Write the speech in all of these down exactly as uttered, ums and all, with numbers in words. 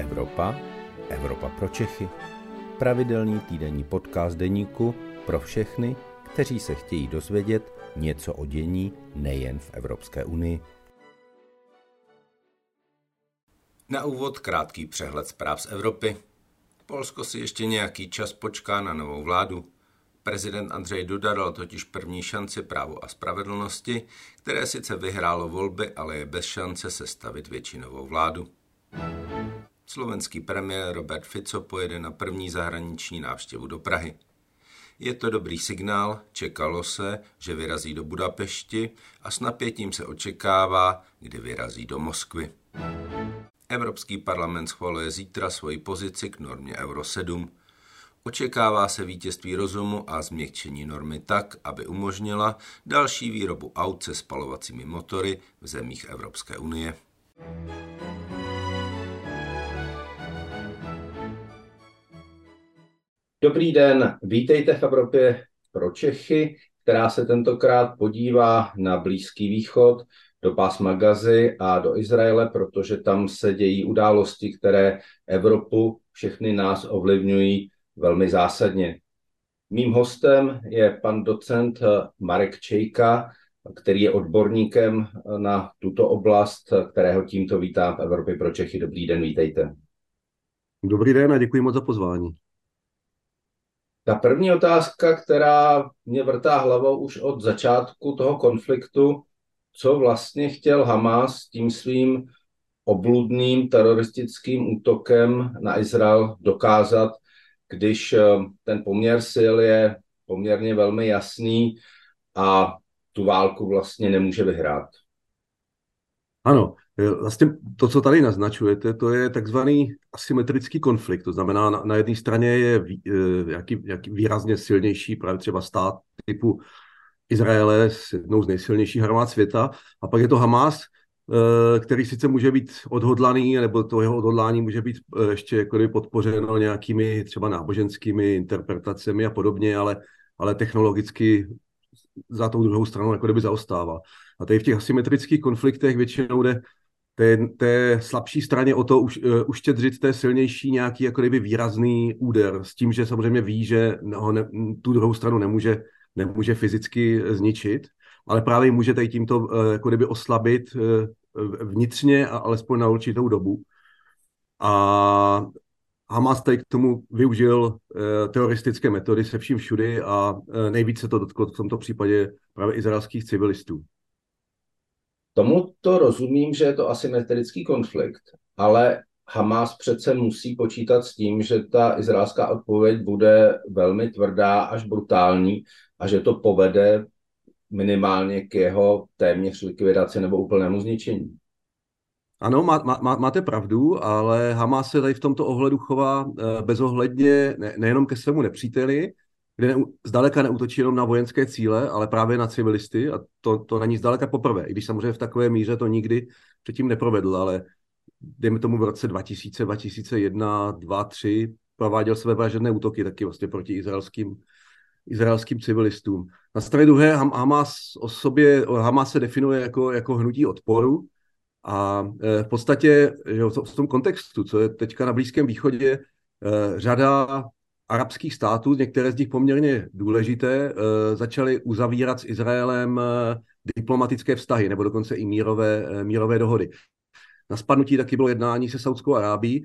Evropa, Evropa pro Čechy. Pravidelný týdenní podcast deníku pro všechny, kteří se chtějí dozvědět něco o dění nejen v Evropské unii. Na úvod krátký přehled zpráv z Evropy. Polsko si ještě nějaký čas počká na novou vládu. Prezident Andrzej Duda dal totiž první šanci Právu a spravedlnosti, které sice vyhrálo volby, ale je bez šance sestavit většinovou vládu. Slovenský premiér Robert Fico pojede na první zahraniční návštěvu do Prahy. Je to dobrý signál, čekalo se, že vyrazí do Budapešti a s napětím se očekává, kdy vyrazí do Moskvy. Evropský parlament schvaluje zítra svoji pozici k normě Euro sedm. Očekává se vítězství rozumu a změkčení normy tak, aby umožnila další výrobu aut se spalovacími motory v zemích Evropské unie. Dobrý den, vítejte v Evropě pro Čechy, která se tentokrát podívá na Blízký východ, do pásma Gazy a do Izraele, protože tam se dějí události, které Evropu, všechny nás ovlivňují velmi zásadně. Mým hostem je pan docent Marek Čejka, který je odborníkem na tuto oblast, kterého tímto vítám v Evropě pro Čechy. Dobrý den, vítejte. Dobrý den a děkuji moc za pozvání. Ta první otázka, která mě vrtá hlavou už od začátku toho konfliktu, co vlastně chtěl Hamas tím svým obludným teroristickým útokem na Izrael dokázat, když ten poměr sil je poměrně velmi jasný a tu válku vlastně nemůže vyhrát. Ano, vlastně to, co tady naznačujete, to je takzvaný asymetrický konflikt. To znamená, na, na jedné straně je jaký, jaký výrazně silnější právě třeba stát typu Izraele s jednou z nejsilnějších armád světa, a pak je to Hamas, který sice může být odhodlaný, nebo to jeho odhodlání může být ještě jako podpořeno nějakými třeba náboženskými interpretacemi a podobně, ale, ale technologicky za tou druhou stranu jako kdyby zaostává. A tady v těch asymetrických konfliktech většinou jde té, té slabší straně o to už, uh, uštědřit té silnější nějaký jako kdyby výrazný úder, s tím, že samozřejmě ví, že ho ne, tu druhou stranu nemůže, nemůže fyzicky zničit, ale právě může tady tímto uh, jako kdyby oslabit uh, vnitřně a alespoň na určitou dobu. A Hamas tady k tomu využil uh, teroristické metody se vším všudy a uh, nejvíce to dotklo v tomto případě právě izraelských civilistů. Tomu to rozumím, že je to asymetrický konflikt, ale Hamas přece musí počítat s tím, že ta izraelská odpověď bude velmi tvrdá až brutální a že to povede minimálně k jeho téměř likvidaci nebo úplnému zničení. Ano, má, má, máte pravdu, ale Hamas se tady v tomto ohledu chová bezohledně ne, nejenom ke svému nepříteli, kde ne, zdaleka neútočí jenom na vojenské cíle, ale právě na civilisty, a to, to není zdaleka poprvé, i když samozřejmě v takové míře to nikdy předtím neprovedl, ale dejme tomu v roce dva tisíce, dva tisíce jedna, dva, tři prováděl své vražedné útoky taky vlastně proti izraelským, izraelským civilistům. Na straně druhé Hamas o sobě, Hamas se definuje jako, jako hnutí odporu a v podstatě že v tom kontextu, co je teďka na Blízkém východě, řada arabských států, některé z nich poměrně důležité, začaly uzavírat s Izraelem diplomatické vztahy, nebo dokonce i mírové, mírové dohody. Na spadnutí taky bylo jednání se Saudskou Arábií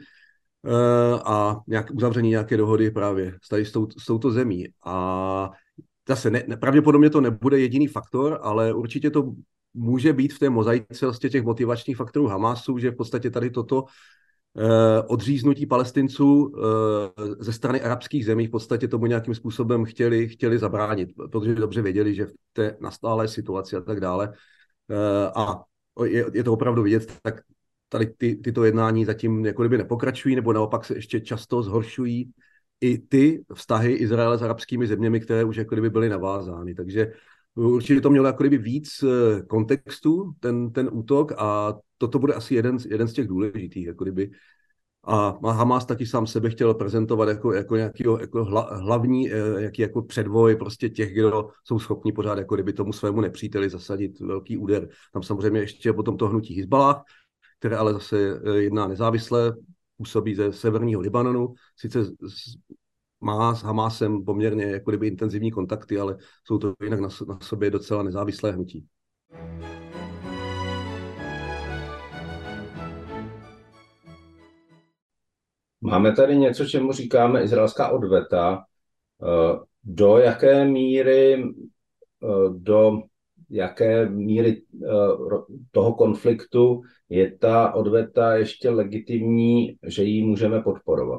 a nějak, uzavření nějaké dohody právě s, s, tou, s touto zemí. A zase ne, ne, pravděpodobně to nebude jediný faktor, ale určitě to může být v té mozaice vlastně těch motivačních faktorů Hamasu, že v podstatě tady toto odříznutí Palestinců ze strany arabských zemí v podstatě tomu nějakým způsobem chtěli, chtěli zabránit, protože dobře věděli, že v té nastálé situaci a tak dále. A je, je to opravdu vidět, tak tady ty, tyto jednání zatím jako kdyby nepokračují, nebo naopak se ještě často zhoršují i ty vztahy Izraele s arabskými zeměmi, které už jako kdyby byly navázány. Takže určitě to mělo jako kdyby víc kontextu, ten, ten útok, a toto bude asi jeden, jeden z těch důležitých. Jako kdyby. A Hamas taky sám sebe chtěl prezentovat jako, jako nějaký jako hla, hlavní jaký jako předvoj prostě těch, kdo jsou schopni pořád jako kdyby tomu svému nepříteli zasadit velký úder. Tam samozřejmě ještě potom to hnutí Hizballah, které ale zase jedná nezávisle, působí ze severního Libanonu, sice má s Hamásem poměrně jako kdyby intenzivní kontakty, ale jsou to jinak na, na sobě docela nezávislé hnutí. Máme tady něco, čemu říkáme izraelská odveta. Do jaké míry, do jaké míry toho konfliktu je ta odveta ještě legitimní, že ji můžeme podporovat?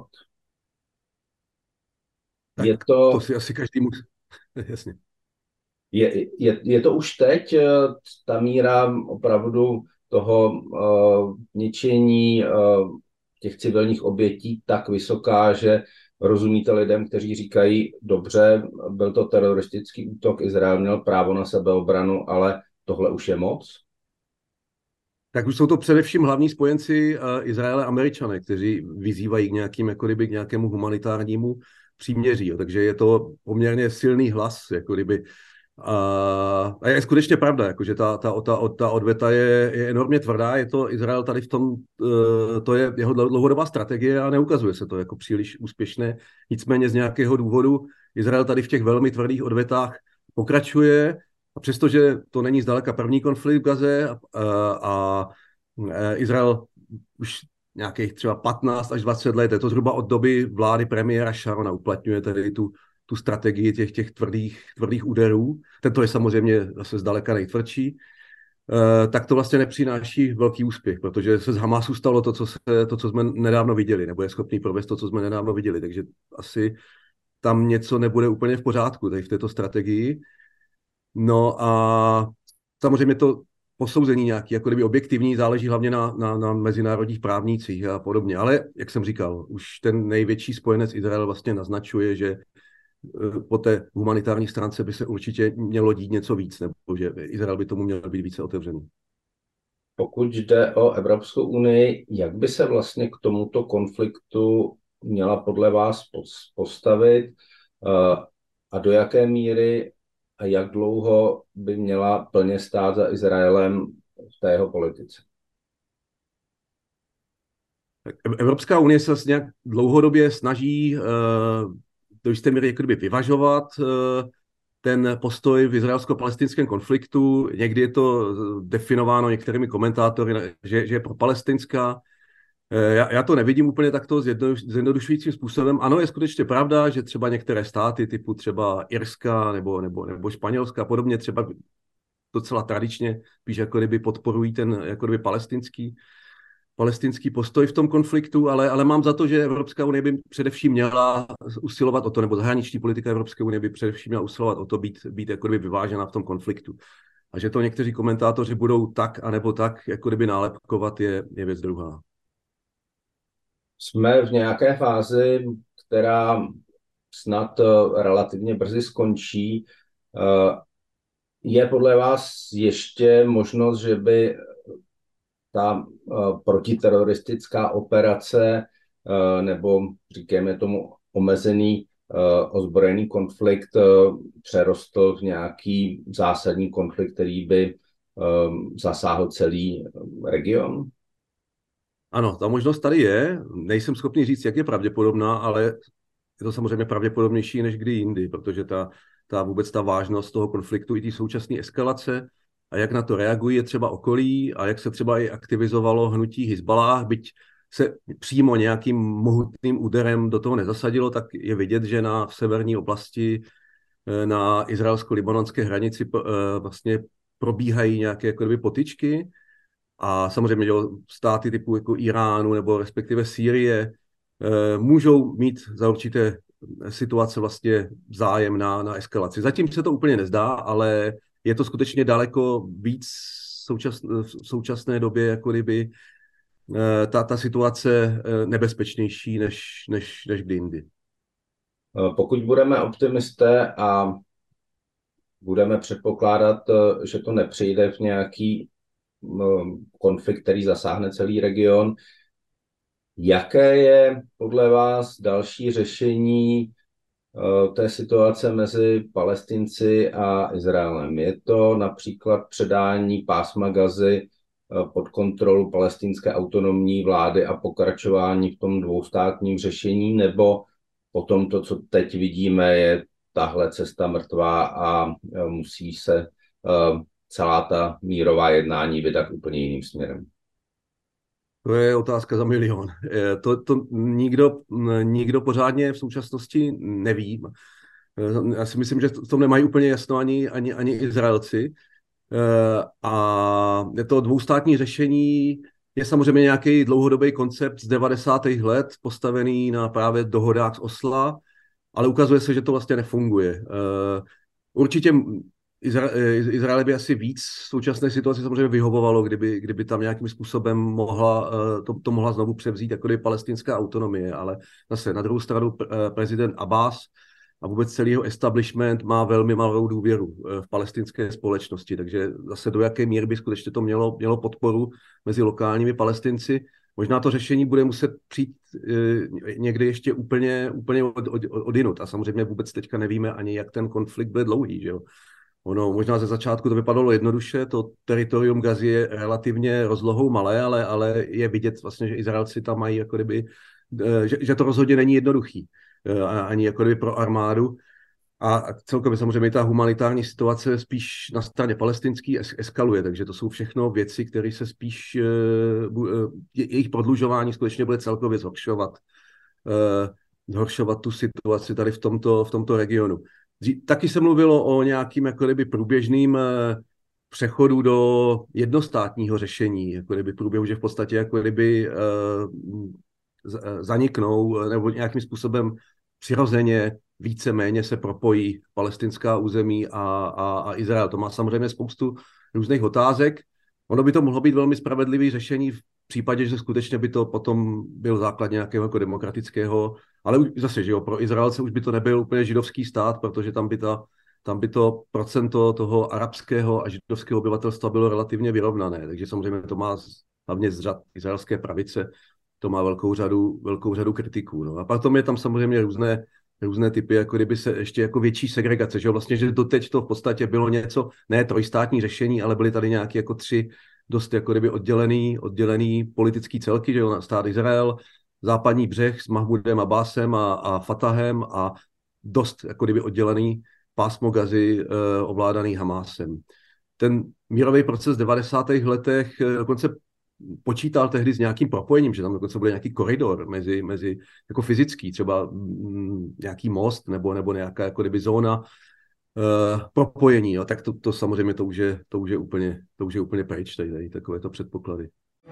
Tak je to, to si asi každý musí. Jasně. Je, je, je to už teď ta míra opravdu toho uh, ničení uh, těch civilních obětí tak vysoká, že rozumíte lidem, kteří říkají, dobře, byl to teroristický útok, Izrael měl právo na sebeobranu, ale tohle už je moc? Tak už jsou to především hlavní spojenci uh, Izraele Američané, kteří vyzývají k, nějakým, jako kdyby, k nějakému humanitárnímu příměří. Jo. Takže je to poměrně silný hlas, jako kdyby. A, a je skutečně pravda, jako, že ta, ta, ta, ta odveta je, je enormně tvrdá. Je to Izrael tady v tom, uh, to je jeho dlouhodobá strategie a neukazuje se to jako příliš úspěšné. Nicméně z nějakého důvodu Izrael tady v těch velmi tvrdých odvetách pokračuje. A přestože to není zdaleka první konflikt v Gaze a, a, a Izrael už nějakých třeba patnáct až dvacet let, je to zhruba od doby vlády premiéra Sharona, uplatňuje tedy tu, tu strategii těch, těch tvrdých, tvrdých úderů. Tento je samozřejmě zase zdaleka nejtvrdší. E, tak to vlastně nepřináší velký úspěch, protože se z Hamasu stalo to, co, se, to, co jsme nedávno viděli, nebo je schopný provést to, co jsme nedávno viděli. Takže asi tam něco nebude úplně v pořádku tady v této strategii. No a samozřejmě to posouzení nějaký, jako kdyby objektivní, záleží hlavně na, na, na mezinárodních právnících a podobně. Ale, jak jsem říkal, už ten největší spojenec Izrael vlastně naznačuje, že po té humanitární stránce by se určitě mělo dít něco víc, nebo že Izrael by tomu měl být více otevřený. Pokud jde o Evropskou unii, jak by se vlastně k tomuto konfliktu měla podle vás postavit a do jaké míry a jak dlouho by měla plně stát za Izraelem v té jeho politice? Evropská unie se nějak dlouhodobě snaží uh, do jisté míry jakoby vyvažovat uh, ten postoj v izraelsko-palestinském konfliktu. Někdy je to definováno některými komentátory, že, že je pro palestinská. Já, já to nevidím úplně takto zjednodušujícím způsobem. Ano, je skutečně pravda, že třeba některé státy, typu třeba Irska nebo, nebo, nebo Španělska a podobně, třeba docela tradičně spíš jako kdyby podporují ten jako kdyby palestinský, palestinský postoj v tom konfliktu, ale, ale mám za to, že Evropská unie by především měla usilovat o to, nebo zahraniční politika Evropské unie by především měla usilovat o to být, být jako kdyby vyvážená v tom konfliktu. A že to někteří komentátoři budou tak anebo tak jako kdyby nálepkovat, je, je věc druhá. Jsme v nějaké fázi, která snad relativně brzy skončí. Je podle vás ještě možnost, že by ta protiteroristická operace nebo říkáme tomu omezený ozbrojený konflikt přerostl v nějaký zásadní konflikt, který by zasáhl celý region? Ano, ta možnost tady je. Nejsem schopný říct, jak je pravděpodobná, ale je to samozřejmě pravděpodobnější než kdy jindy, protože ta, ta vůbec ta vážnost toho konfliktu i té současné eskalace a jak na to reagují je třeba okolí a jak se třeba i aktivizovalo hnutí Hizballáh, byť se přímo nějakým mohutným úderem do toho nezasadilo, tak je vidět, že na v severní oblasti na izraelsko-libanonské hranici vlastně probíhají nějaké jako kdyby potyčky. A samozřejmě státy typu jako Iránu nebo respektive Sýrie e, můžou mít za určité situace vlastně zájem na, na eskalaci. Zatím se to úplně nezdá, ale je to skutečně daleko víc součas, v současné době jako kdyby e, ta, ta situace nebezpečnější než, než, než kdy jindy. Pokud budeme optimisté a budeme předpokládat, že to nepřijde v nějaký konflikt, který zasáhne celý region. Jaké je podle vás další řešení té situace mezi Palestinci a Izraelem? Je to například předání pásma Gazy pod kontrolu palestinské autonomní vlády a pokračování v tom dvoustátním řešení, nebo potom to, co teď vidíme, je tahle cesta mrtvá a musí se celá ta mírová jednání vydat úplně jiným směrem? To je otázka za milion. To, to nikdo, nikdo pořádně v současnosti neví. Já si myslím, že v tom nemají úplně jasno ani, ani, ani Izraelci. A to dvoustátní řešení je samozřejmě nějaký dlouhodobý koncept z devadesátých let, postavený na právě dohodách z Osla, ale ukazuje se, že to vlastně nefunguje. Určitě Izrael by asi víc v současné situaci samozřejmě vyhovovalo, kdyby, kdyby tam nějakým způsobem mohla, to, to mohla znovu převzít jako palestinská autonomie, ale zase na druhou stranu prezident Abbas a vůbec celý jeho establishment má velmi malou důvěru v palestinské společnosti, takže zase do jaké míry by skutečně to mělo, mělo podporu mezi lokálními Palestinci. Možná to řešení bude muset přijít někdy ještě úplně, úplně od, od, odinut a samozřejmě vůbec teďka nevíme ani, jak ten konflikt bude dlouhý, že jo. Ono možná ze začátku to vypadalo jednoduše, to teritorium Gazy je relativně rozlohou malé, ale, ale je vidět vlastně, že Izraelci tam mají jako kdyby, že, že to rozhodně není jednoduchý, ani jako kdyby pro armádu. A celkově samozřejmě ta humanitární situace spíš na straně palestinský es- eskaluje, takže to jsou všechno věci, které se spíš, jejich prodlužování skutečně bude celkově zhoršovat, zhoršovat tu situaci tady v tomto, v tomto regionu. Taky se mluvilo o nějakým jako kdyby průběžným přechodu do jednostátního řešení, jako kdyby průběhu, že v podstatě jako kdyby zaniknou nebo nějakým způsobem přirozeně víceméně se propojí palestinská území a, a, a Izrael. To má samozřejmě spoustu různých otázek. Ono by to mohlo být velmi spravedlivý řešení v případě, že skutečně by to potom byl základ nějakého jako demokratického, ale zase, že jo, pro Izraelce už by to nebyl úplně židovský stát, protože tam by, ta, tam by to procento toho arabského a židovského obyvatelstva bylo relativně vyrovnané. Takže samozřejmě to má hlavně z řad izraelské pravice, to má velkou řadu, velkou řadu kritiků. No. A potom je tam samozřejmě různé, různé typy, jako kdyby se ještě jako větší segregace, že jo, vlastně, že doteď to v podstatě bylo něco, ne trojstátní řešení, ale byly tady nějaké jako tři dost jako kdyby oddělený, oddělený politický celky, že jo, stát Izrael, západní břeh s Mahmudem Abbasem a, a Fatahem a dost jako kdyby oddělený pásmo Gazy eh, ovládaný Hamásem. Ten mírový proces v devadesátých letech eh, dokonce počítal tehdy s nějakým propojením, že tam dokonce byl nějaký koridor mezi, mezi jako fyzický, třeba mm, nějaký most nebo, nebo nějaká jako kdyby zóna uh, propojení, jo. Tak to, to samozřejmě to už je, to už je úplně, to už je úplně pryč, tady, tady takovéto předpoklady.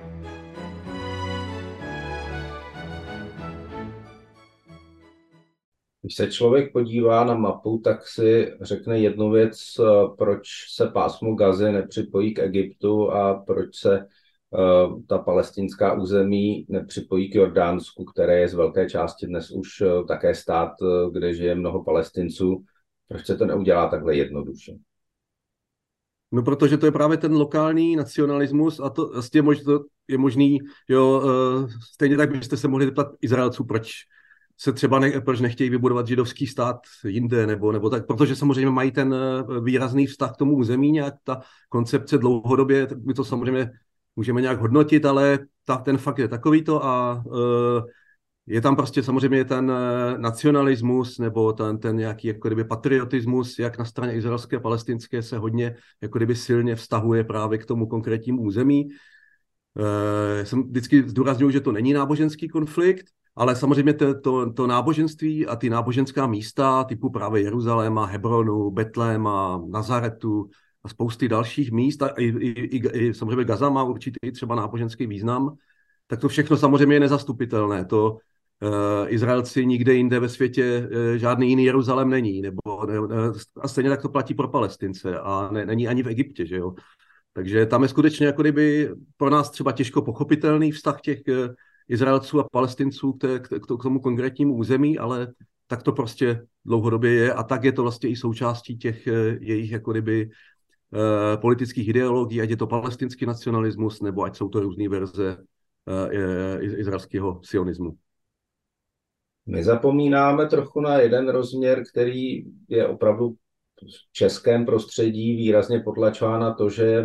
Když se člověk podívá na mapu, tak si řekne jednu věc, proč se pásmo Gazy nepřipojí k Egyptu a proč se ta palestinská území nepřipojí k Jordánsku, které je z velké části dnes už také stát, kde žije mnoho Palestinců. Proč se to neudělá takhle jednoduše? No, protože to je právě ten lokální nacionalismus a to vlastně je možný, jo, stejně tak byste se mohli zeptat Izraelců, proč se třeba ne, proč nechtějí vybudovat židovský stát jinde, nebo, nebo tak, protože samozřejmě mají ten výrazný vztah k tomu území, nějak ta koncepce dlouhodobě, tak by to samozřejmě můžeme nějak hodnotit, ale ta, ten fakt je takovýto a uh, je tam prostě samozřejmě ten uh, nacionalismus nebo ten, ten nějaký jako kdyby patriotismus, jak na straně izraelské a palestinské se hodně jako kdyby silně vztahuje právě k tomu konkrétnímu území. Uh, jsem vždycky zdůrazňuji, že to není náboženský konflikt, ale samozřejmě to, to, to náboženství a ty náboženská místa typu právě Jeruzaléma, Hebronu, Betléma, Nazaretu a spousty dalších míst, a i, i, i, i samozřejmě Gaza má určitý třeba náboženský význam, tak to všechno samozřejmě je nezastupitelné. To uh, Izraelci nikde jinde ve světě uh, žádný jiný Jeruzalém není, nebo ne, a stejně tak to platí pro Palestince a ne, není ani v Egyptě, že jo. Takže tam je skutečně jako kdyby pro nás třeba těžko pochopitelný vztah těch uh, Izraelců a Palestinců k, té, k, k tomu konkrétnímu území, ale tak to prostě dlouhodobě je a tak je to vlastně i součástí těch uh, jejich jako kdyby Uh, politických ideologií, ať je to palestinský nacionalismus, nebo ať jsou to různé verze uh, izraelského sionismu. My zapomínáme trochu na jeden rozměr, který je opravdu v českém prostředí výrazně potlačován, na to, že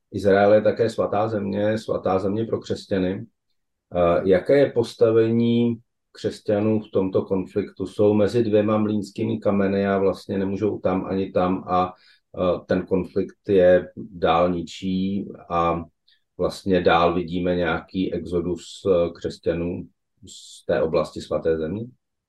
Izrael je také svatá země, svatá země pro křesťany. Jaké je postavení křesťanů v tomto konfliktu? Jsou mezi dvěma mlýnskými kameny a vlastně nemůžou tam ani tam a ten konflikt je dál ničí a vlastně dál vidíme nějaký exodus křesťanů z té oblasti svaté země?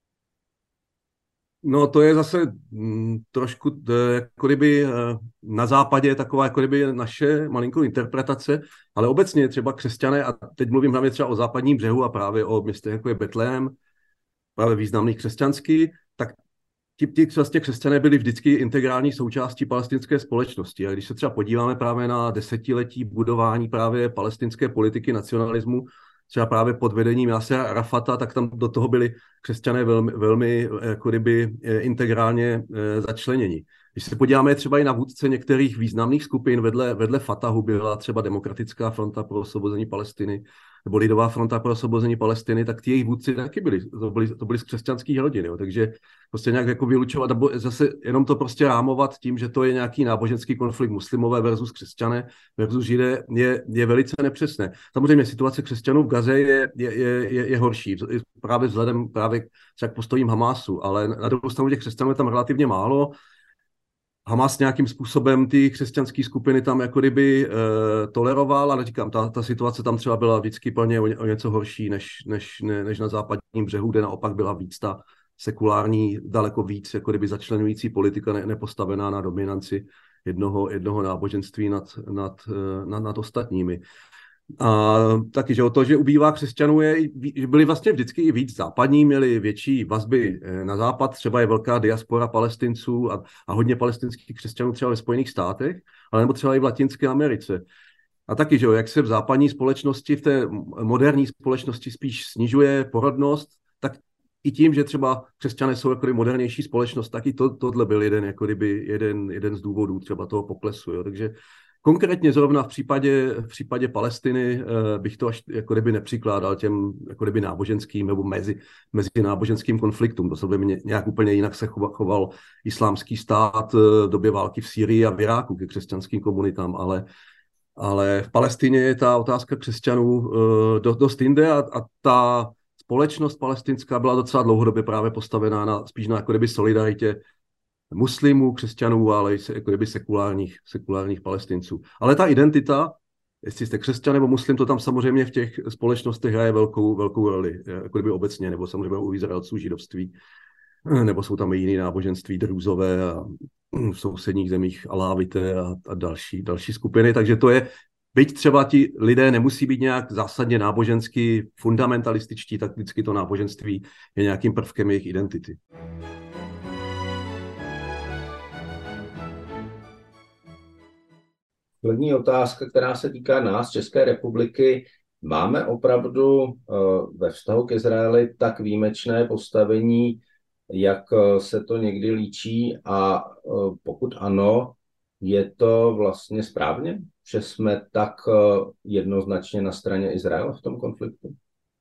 No to je zase m, trošku jako kdyby na západě taková jako kdyby naše malinkou interpretace, ale obecně třeba křesťané, a teď mluvím hlavně třeba o západním břehu a právě o městech jako je Betlehem, právě významných křesťanský, tak ti, ti vlastně křesťané byli vždycky integrální součástí palestinské společnosti. A když se třeba podíváme právě na desetiletí budování právě palestinské politiky nacionalismu, třeba právě pod vedením Jasera Arafata, tak tam do toho byli křesťané velmi, velmi jako kdyby integrálně začleněni. Když se podíváme třeba i na vůdce některých významných skupin, vedle, vedle Fatahu byla třeba Demokratická fronta pro osvobození Palestiny, nebo Lidová fronta pro osvobození Palestiny, tak ty jejich vůdci taky byli, to byli, to byli z křesťanských rodin, jo. Takže prostě nějak jako vylučovat, nebo zase jenom to prostě rámovat tím, že to je nějaký náboženský konflikt muslimové versus křesťané versus židé, je, je velice nepřesné. Samozřejmě situace křesťanů v Gaze je, je, je, je horší, právě vzhledem právě k postojím Hamásu, ale na druhou stranu těch křesťanů je tam relativně málo. Hamas nějakým způsobem ty křesťanské skupiny tam jako kdyby e, toleroval, ale říkám, ta, ta situace tam třeba byla vždycky plně o, o něco horší než, než, ne, než na západním břehu, kde naopak byla víc ta sekulární, daleko víc jako kdyby začlenující politika ne, nepostavená na dominanci jednoho, jednoho náboženství nad, nad, nad, nad ostatními. A taky, že o to, že ubývá křesťanů, je, že byli vlastně vždycky i víc západní, měli větší vazby na západ, třeba je velká diaspora Palestinců a, a hodně palestinských křesťanů třeba ve Spojených státech, ale nebo třeba i v Latinské Americe. A taky, že jo, jak se v západní společnosti, v té moderní společnosti spíš snižuje porodnost, tak i tím, že třeba křesťané jsou jako modernější společnost, tak i to, tohle byl jeden, jako kdyby jeden, jeden z důvodů třeba toho poklesu. Jo. Takže konkrétně zrovna v případě, v případě Palestiny eh, bych to až jako kdyby nepřikládal těm jako kdyby náboženským nebo mezi, mezi náboženským konfliktům. To se by nějak úplně jinak se choval, choval islámský stát v době války v Sýrii a v Iráku ke křesťanským komunitám, ale, ale v Palestině je ta otázka křesťanů eh, dost jinde a, a ta společnost palestinská byla docela dlouhodobě právě postavená na, spíš na jako kdyby solidaritě muslimů, křesťanů, ale i jako kdyby sekulárních, sekulárních Palestinců. Ale ta identita, jestli jste křesťan nebo muslim, to tam samozřejmě v těch společnostech hraje velkou, velkou roli, jako kdyby obecně, nebo samozřejmě u Izraelců židovství, nebo jsou tam i jiné náboženství, drůzové a v sousedních zemích alávité a, a další, další skupiny, takže to je, byť třeba ti lidé nemusí být nějak zásadně nábožensky fundamentalističtí, tak vždycky to náboženství je nějakým prvkem jejich identity. První otázka, která se týká nás, České republiky. Máme opravdu ve vztahu k Izraeli tak výjimečné postavení, jak se to někdy líčí, a pokud ano, je to vlastně správně, že jsme tak jednoznačně na straně Izraele v tom konfliktu?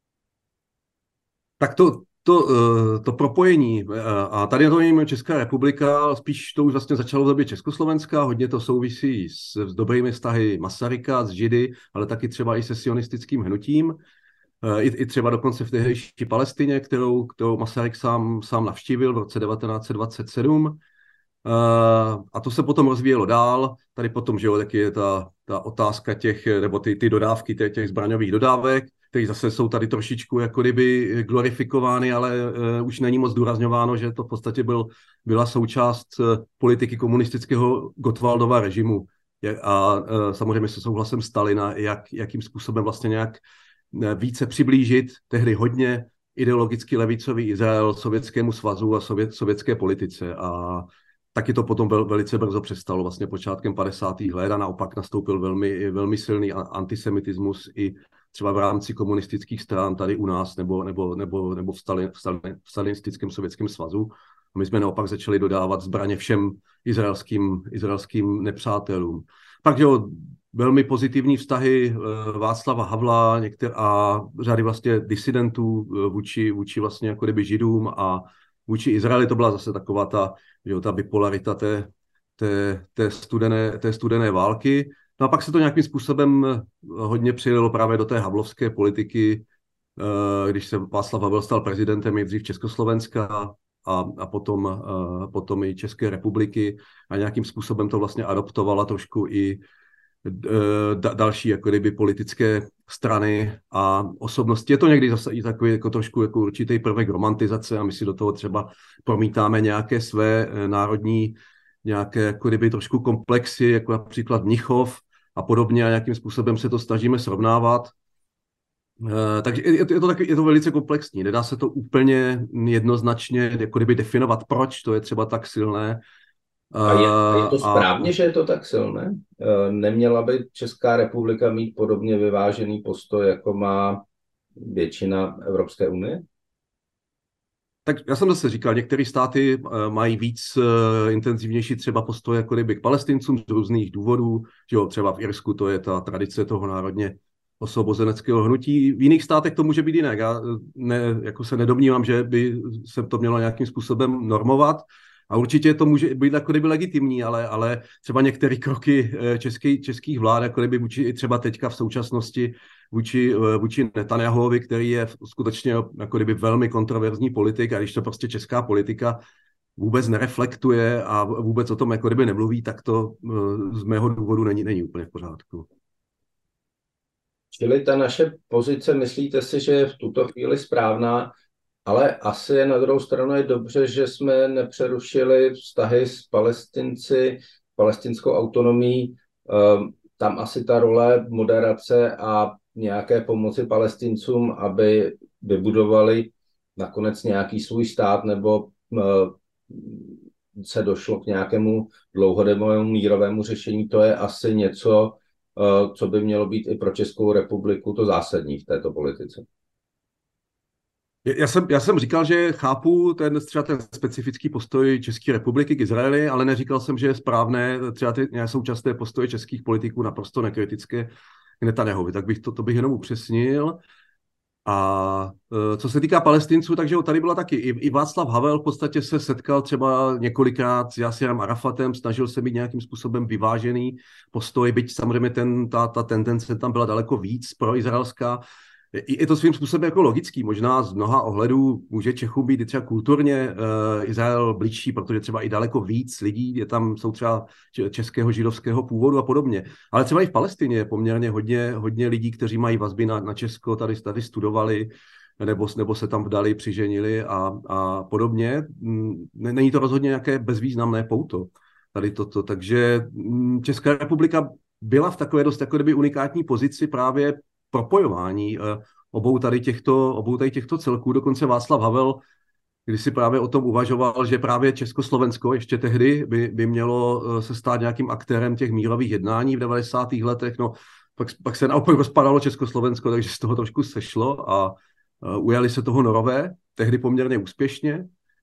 Tak to, to, to propojení, a tady na to nevím Česká republika, spíš to už vlastně začalo v době Československa, hodně to souvisí s, s dobrými vztahy Masaryka, s Židy, ale taky třeba i se sionistickým hnutím, i, i třeba dokonce v tehdejší Palestině, kterou, kterou Masaryk sám, sám navštívil v roce devatenáct set dvacet sedm. A to se potom rozvíjelo dál. Tady potom, že jo, taky je ta, ta otázka těch, nebo ty, ty dodávky těch, těch zbraňových dodávek, které zase jsou tady trošičku jako kdyby glorifikovány, ale uh, už není moc zdůrazňováno, že to v podstatě byl, byla součást uh, politiky komunistického Gottwaldova režimu. A uh, samozřejmě se souhlasem Stalina, jak, jakým způsobem vlastně nějak uh, více přiblížit tehdy hodně ideologicky levicový Izrael Sovětskému svazu a sovět, sovětské politice. A taky to potom vel, velice brzo přestalo, vlastně počátkem padesátých let, a naopak nastoupil velmi, velmi silný antisemitismus i třeba v rámci komunistických stran tady u nás nebo, nebo, nebo, nebo v, Stalin, v, Stalin, v stalinistickém sovětském svazu. A my jsme naopak začali dodávat zbraně všem izraelským, izraelským nepřátelům. Pak jo, velmi pozitivní vztahy Václava Havla některé, a řady vlastně disidentů vůči, vůči vlastně jako kdyby Židům a vůči Izraeli. To byla zase taková ta, že jo, ta bipolarita té, té, té, studené, té studené války. No a pak se to nějakým způsobem hodně přililo právě do té havlovské politiky, když se Václav Havel stal prezidentem nejdřív Československa a, a potom, a potom i České republiky a nějakým způsobem to vlastně adoptovala trošku i da, další jako kdyby politické strany a osobnosti. Je to někdy zase i takový jako trošku jako určitý prvek romantizace a my si do toho třeba promítáme nějaké své národní nějaké jako kdyby trošku komplexy, jako například Mnichov a podobně a nějakým způsobem se to snažíme srovnávat. Takže je to, je, to taky, je to velice komplexní. Nedá se to úplně jednoznačně jako kdyby definovat, proč to je třeba tak silné. A je, je to správně, a... že je to tak silné? Neměla by Česká republika mít podobně vyvážený postoj, jako má většina Evropské unie? Tak já jsem zase říkal, některé státy mají víc uh, intenzivnější třeba postoj jako kdyby k Palestincům z různých důvodů, že jo, třeba v Irsku to je ta tradice toho národně osvobozeneckého hnutí. V jiných státech to může být jinak. Já ne, jako se nedomnívám, že by se to mělo nějakým způsobem normovat. A určitě to může být jako kdyby legitimní, ale, ale třeba některé kroky český, českých vlád, jako kdyby vůči, třeba teďka v současnosti vůči, vůči Netanjahuovi, který je skutečně jako kdyby velmi kontroverzní politik, a když to prostě česká politika vůbec nereflektuje a vůbec o tom jako kdyby nemluví, tak to z mého důvodu není, není úplně v pořádku. Čili ta naše pozice, myslíte si, že je v tuto chvíli správná, ale asi na druhou stranu je dobře, že jsme nepřerušili vztahy s Palestinci, palestinskou autonomií. Tam asi ta role moderace a nějaké pomoci Palestincům, aby vybudovali nakonec nějaký svůj stát, nebo se došlo k nějakému dlouhodobému mírovému řešení, to je asi něco, co by mělo být i pro Českou republiku to zásadní v této politice. Já jsem, já jsem říkal, že chápu ten, třeba ten specifický postoj České republiky k Izraeli, ale neříkal jsem, že je správné třeba ty současné postoje českých politiků naprosto nekritické k Netanjahovi. Tak bych to, to bych jenom upřesnil. A co se týká Palestinců, takže tady byla taky i, i Václav Havel v podstatě se setkal třeba několikrát s Jasirem Arafatem, snažil se mít nějakým způsobem vyvážený postoj, byť samozřejmě ten, ta, ta tendence tam byla daleko víc proizraelská. Je to svým způsobem jako logický, možná z mnoha ohledů může Čechům být třeba kulturně uh, Izrael blížší, protože třeba i daleko víc lidí, je tam, jsou třeba českého, židovského původu a podobně. Ale třeba i v Palestině je poměrně hodně, hodně lidí, kteří mají vazby na, na Česko, tady, tady studovali, nebo, nebo se tam vdali, přiženili a, a podobně. Není to rozhodně nějaké bezvýznamné pouto, tady toto. Takže Česká republika byla v takové dost jako kdyby unikátní pozici právě propojování obou tady těchto, obou tady těchto celků. Dokonce Václav Havel, když si právě o tom uvažoval, že právě Československo ještě tehdy by, by mělo se stát nějakým aktérem těch mírových jednání v devadesátých letech, no pak, pak se naopak rozpadalo Československo, takže z toho trošku sešlo a ujali se toho Norové, tehdy poměrně úspěšně.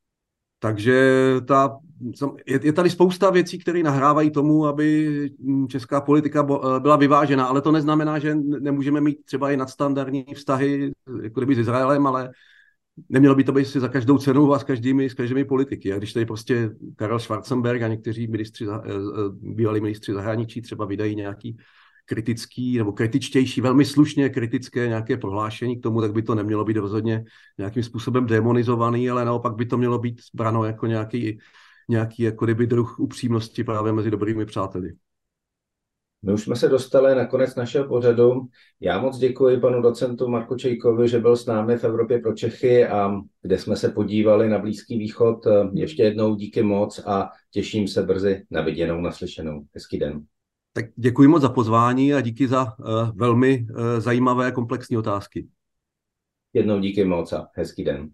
Takže ta, je, je tady spousta věcí, které nahrávají tomu, aby česká politika byla vyvážená, ale to neznamená, že nemůžeme mít třeba i nadstandardní vztahy jako kdyby s Izraelem, ale nemělo by to být si za každou cenu a s každými, s každými politiky. A když tady prostě Karel Schwarzenberg a někteří ministři, bývalí ministři zahraničí třeba vydají nějaký kritický nebo kritičtější, velmi slušně kritické nějaké prohlášení k tomu, tak by to nemělo být rozhodně nějakým způsobem demonizovaný, ale naopak by to mělo být brano jako nějaký, nějaký jako kdyby druh upřímnosti právě mezi dobrými přáteli. My už jsme se dostali na konec našeho pořadu. Já moc děkuji panu docentu Marku Čejkovi, že byl s námi v Evropě pro Čechy a kde jsme se podívali na Blízký východ. Ještě jednou díky moc a těším se brzy na viděnou, naslyšenou. Hezký den. Tak děkuji moc za pozvání a díky za uh, velmi uh, zajímavé komplexní otázky. Jednou díky moc a hezký den.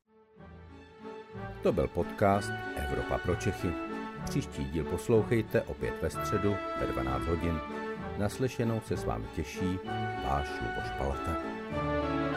To byl podcast Evropa pro Čechy. Příští díl poslouchejte opět ve středu ve dvanáct hodin. Naslyšenou se s vámi těší váš Luboš Palata.